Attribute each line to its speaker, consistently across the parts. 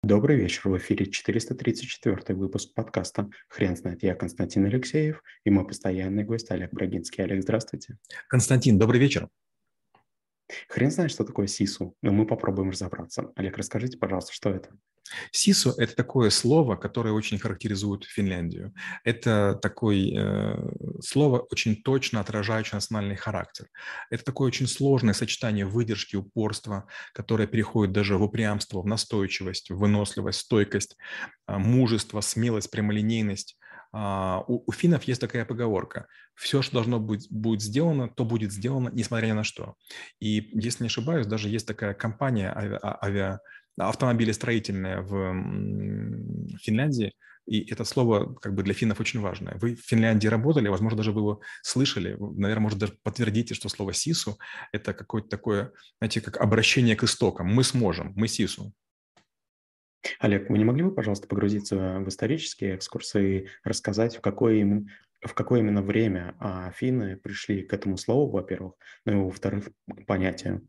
Speaker 1: Добрый вечер. В эфире 434 выпуск подкаста «Хрен знает». Я Константин Алексеев и мой постоянный гость Олег Брагинский. Олег, здравствуйте.
Speaker 2: Константин, добрый вечер.
Speaker 1: Хрен знает, что такое СИСУ, но мы попробуем разобраться. Олег, расскажите, пожалуйста, что это?
Speaker 2: Сису – это такое слово, которое очень характеризует Финляндию. Это такое слово, очень точно отражающее национальный характер. Это такое очень сложное сочетание выдержки, упорства, которое переходит даже в упрямство, в настойчивость, в выносливость, стойкость, мужество, смелость, прямолинейность. У финнов есть такая поговорка: все, что должно быть будет сделано, то будет сделано, несмотря ни на что. И, если не ошибаюсь, даже есть такая компания автомобилестроительная в Финляндии, и это слово как бы для финнов очень важное. Вы в Финляндии работали, возможно, даже вы его слышали. Наверное, может, даже подтвердите, что слово «сису» – это какое-то такое, знаете, как обращение к истокам. Мы сможем, мы сису.
Speaker 1: Олег, вы не могли бы, пожалуйста, погрузиться в исторические экскурсы и рассказать, в какое именно время финны пришли к этому слову, во-первых, ну и, во-вторых, к понятию?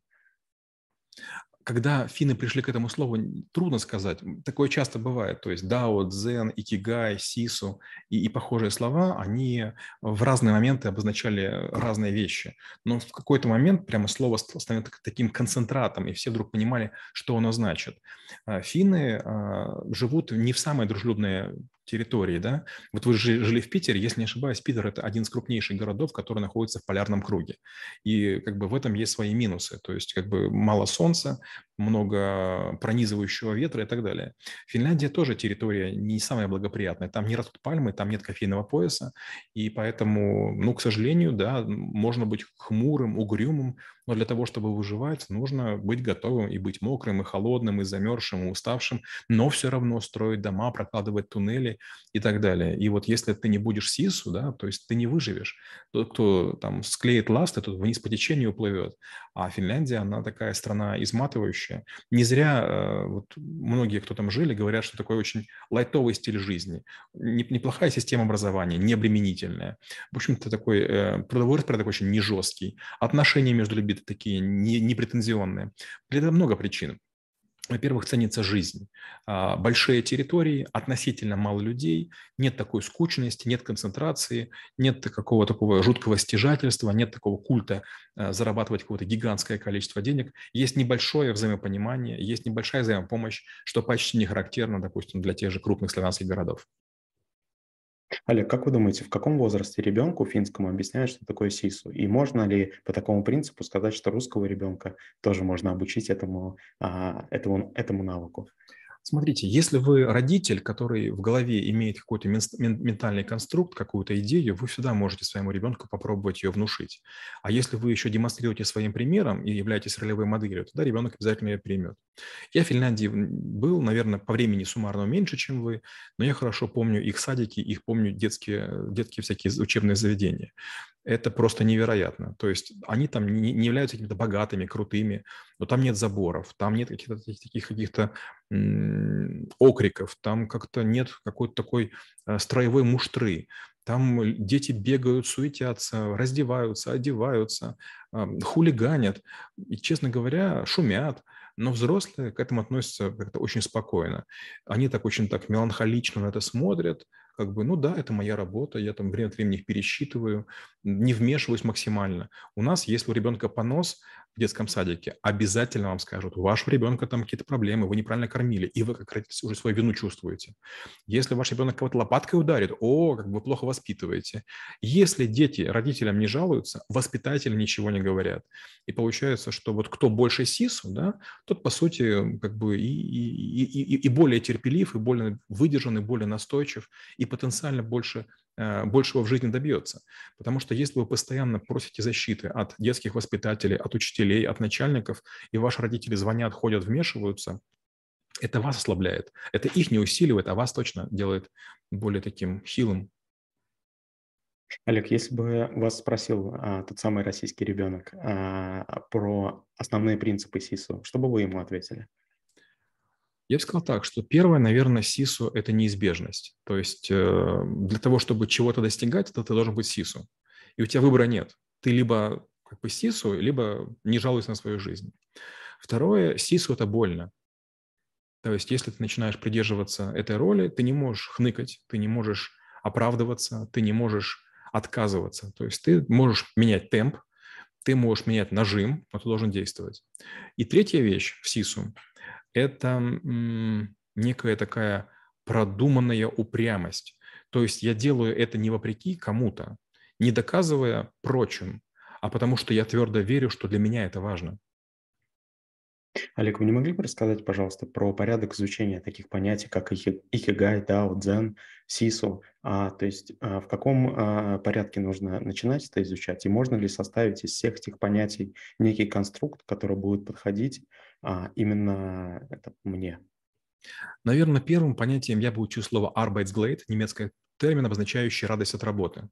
Speaker 2: Когда финны пришли к этому слову, трудно сказать. Такое часто бывает. То есть дао, дзен, икигай, сису и похожие слова, они в разные моменты обозначали разные вещи. Но в какой-то момент прямо слово станет таким концентратом, и все вдруг понимали, что оно значит. Финны живут не в самой дружелюбной территории, да. Вот вы жили в Питере, если не ошибаюсь, Питер – это один из крупнейших городов, который находится в полярном круге. И как бы в этом есть свои минусы. То есть как бы мало солнца, много пронизывающего ветра и так далее. Финляндия тоже территория не самая благоприятная. Там не растут пальмы, там нет кофейного пояса, и поэтому, ну, к сожалению, да, можно быть хмурым, угрюмым, но для того, чтобы выживать, нужно быть готовым и быть мокрым, и холодным, и замерзшим, и уставшим, но все равно строить дома, прокладывать туннели и так далее. И вот если ты не будешь сису, да, то есть ты не выживешь. Тот, кто там склеит ласты, тот вниз по течению уплывет. А Финляндия, она такая страна изматывающая. Не зря вот многие, кто там жили, говорят, что такой очень лайтовый стиль жизни. Неплохая система образования, необременительная. В общем-то, такой трудовой распорядок очень не жесткий. Отношения между людьми такие не претензионные. Для этого много причин. Во-первых, ценится жизнь. Большие территории, относительно мало людей, нет такой скучности, нет концентрации, нет какого такого жуткого стяжательства, нет такого культа зарабатывать какое-то гигантское количество денег. Есть небольшое взаимопонимание, есть небольшая взаимопомощь, что почти не характерно, допустим, для тех же крупных славянских городов.
Speaker 1: Олег, как вы думаете, в каком возрасте ребенку финскому объясняют, что такое СИСу? И можно ли по такому принципу сказать, что русского ребенка тоже можно обучить этому навыку?
Speaker 2: Смотрите, если вы родитель, который в голове имеет какой-то ментальный конструкт, какую-то идею, вы всегда можете своему ребенку попробовать ее внушить. А если вы еще демонстрируете своим примером и являетесь ролевой моделью, тогда ребенок обязательно ее примет. Я в Финляндии был, наверное, по времени суммарно меньше, чем вы, но я хорошо помню их садики, их помню детские всякие учебные заведения. Это просто невероятно. То есть они там не являются какими-то богатыми, крутыми, но там нет заборов, там нет каких-то таких каких-то окриков, там как-то нет какой-то такой строевой муштры. Там дети бегают, суетятся, раздеваются, одеваются, хулиганят и, честно говоря, шумят. Но взрослые к этому относятся как-то очень спокойно. Они так очень так меланхолично на это смотрят, как бы, ну да, это моя работа, я там время от времени их пересчитываю, не вмешиваюсь максимально. У нас, если у ребенка понос в детском садике, обязательно вам скажут: у вашего ребенка там какие-то проблемы, вы неправильно кормили, и вы как родитель уже свою вину чувствуете. Если ваш ребенок кого-то лопаткой ударит, как бы вы плохо воспитываете. Если дети родителям не жалуются, воспитатели ничего не говорят. И получается, что вот кто больше сису, да, тот, по сути, как бы и более терпелив, и более выдержан, и более настойчив, и потенциально большего в жизни добьется. Потому что если вы постоянно просите защиты от детских воспитателей, от учителей, от начальников, и ваши родители звонят, ходят, вмешиваются, это вас ослабляет. Это их не усиливает, а вас точно делает более таким хилым.
Speaker 1: Олег, если бы вас спросил тот самый российский ребенок про основные принципы СИСу, что бы вы ему ответили?
Speaker 2: Я бы сказал так, что первое, наверное, СИСу – это неизбежность. То есть для того, чтобы чего-то достигать, то ты должен быть СИСу. И у тебя выбора нет. Ты либо как бы СИСу, либо не жалуйся на свою жизнь. Второе, СИСу – это больно. То есть если ты начинаешь придерживаться этой роли, ты не можешь хныкать, ты не можешь оправдываться, ты не можешь отказываться. То есть ты можешь менять темп, ты можешь менять нажим, но ты должен действовать. И третья вещь в СИСу– это некая такая продуманная упрямость. То есть я делаю это не вопреки кому-то, не доказывая прочим, а потому что я твердо верю, что для меня это важно.
Speaker 1: Олег, вы не могли бы рассказать, пожалуйста, про порядок изучения таких понятий, как икигай, дао, дзен, сису? То есть в каком порядке нужно начинать это изучать? И можно ли составить из всех этих понятий некий конструкт, который будет подходить именно мне?
Speaker 2: Наверное, первым понятием я бы учил слово Arbeitsglade, немецкий термин, обозначающий радость от работы.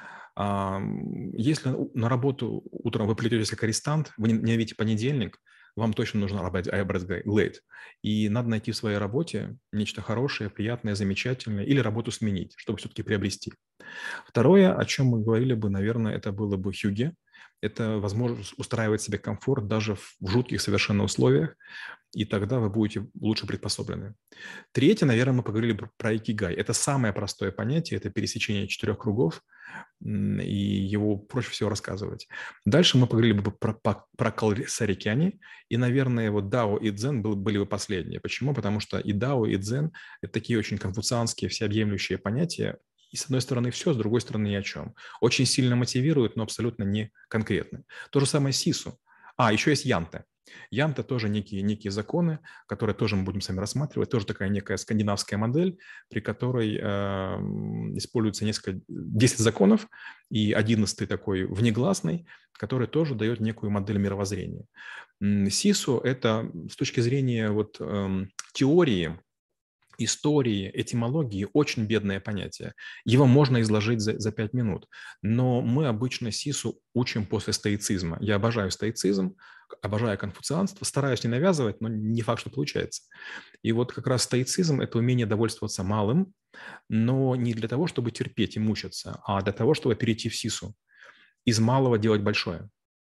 Speaker 2: Если на работу утром вы придете как арестант, вы не видите понедельник, вам точно нужно Arbeitsglade. И надо найти в своей работе нечто хорошее, приятное, замечательное, или работу сменить, чтобы все-таки приобрести. Второе, о чем мы говорили бы, наверное, это было бы хюге. Это возможность устраивать себе комфорт даже в жутких совершенно условиях, и тогда вы будете лучше приспособлены. Третье, наверное, мы поговорили про икигай. Это самое простое понятие, это пересечение 4 кругов, и его проще всего рассказывать. Дальше мы поговорили бы про калрисарикяни, и, наверное, вот дао и дзен были бы последние. Почему? Потому что и дао, и дзен– это такие очень конфуцианские, всеобъемлющие понятия, и с одной стороны все, с другой стороны ни о чем. Очень сильно мотивируют, но абсолютно не конкретны. То же самое сису. Еще есть янте. Янта тоже некие законы, которые тоже мы будем с вами рассматривать. Тоже такая некая скандинавская модель, при которой используется 10 законов, и 11 такой внегласный, который тоже дает некую модель мировоззрения. СИСу– это с точки зрения теории, истории, этимологии очень бедное понятие. Его можно изложить за 5 минут. Но мы обычно СИСу учим после стоицизма. Я обожаю стоицизм, обожаю конфуцианство, стараюсь не навязывать, но не факт, что получается. И вот как раз стоицизм– это умение довольствоваться малым, но не для того, чтобы терпеть и мучиться, а для того, чтобы перейти в СИСу. Из малого делать большое.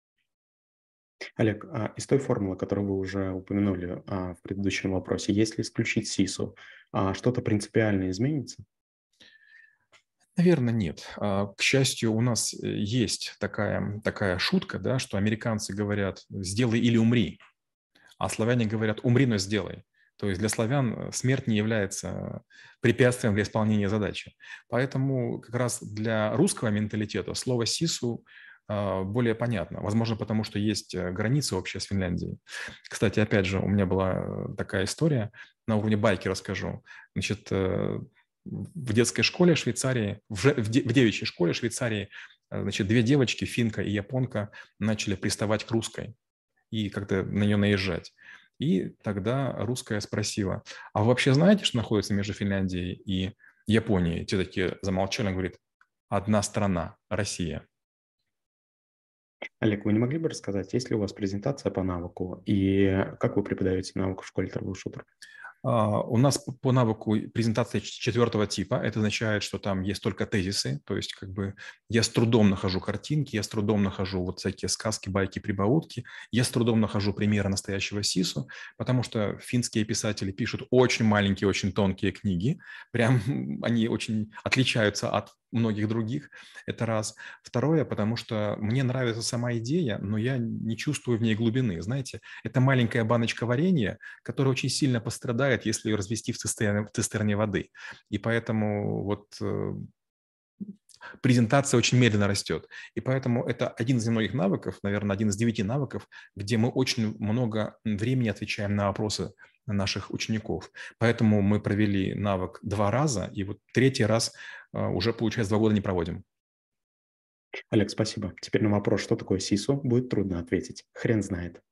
Speaker 1: Олег, из той формулы, которую вы уже упомянули в предыдущем вопросе, если исключить сису, что-то принципиально изменится?
Speaker 2: Наверное, нет. К счастью, у нас есть такая шутка, да, что американцы говорят «сделай или умри», а славяне говорят «умри, но сделай». То есть для славян смерть не является препятствием для исполнения задачи. Поэтому как раз для русского менталитета слово «сису» более понятно. Возможно, потому что есть граница общая с Финляндией. Кстати, опять же, у меня была такая история, на уровне байки расскажу. Значит, в детской школе Швейцарии, в девичьей школе Швейцарии, значит, две девочки, финка и японка, начали приставать к русской и как-то на нее наезжать. И тогда русская спросила: а вы вообще знаете, что находится между Финляндией и Японией? Те такие замолчали, он говорит: одна страна, Россия.
Speaker 1: Олег, вы не могли бы рассказать, есть ли у вас презентация по навыку и как вы преподаете навык в школе торговых шутеров?
Speaker 2: У нас по навыку презентация 4 типа. Это означает, что там есть только тезисы. То есть как бы я с трудом нахожу картинки, я с трудом нахожу вот всякие сказки, байки, прибаутки. Я с трудом нахожу примеры настоящего СИСу, потому что финские писатели пишут очень маленькие, очень тонкие книги. Прям они очень отличаются от многих других. Это раз. Второе, потому что мне нравится сама идея, но я не чувствую в ней глубины. Знаете, это маленькая баночка варенья, которая очень сильно пострадает, если ее развести в цистерне воды. И поэтому презентация очень медленно растет. И поэтому это один из немногих навыков, наверное, один из 9 навыков, где мы очень много времени отвечаем на вопросы наших учеников. Поэтому мы провели навык 2 раза, и вот 3-й раз уже, получается, 2 года не проводим.
Speaker 1: Олег, спасибо. Теперь на вопрос, что такое сису, будет трудно ответить. Хрен знает.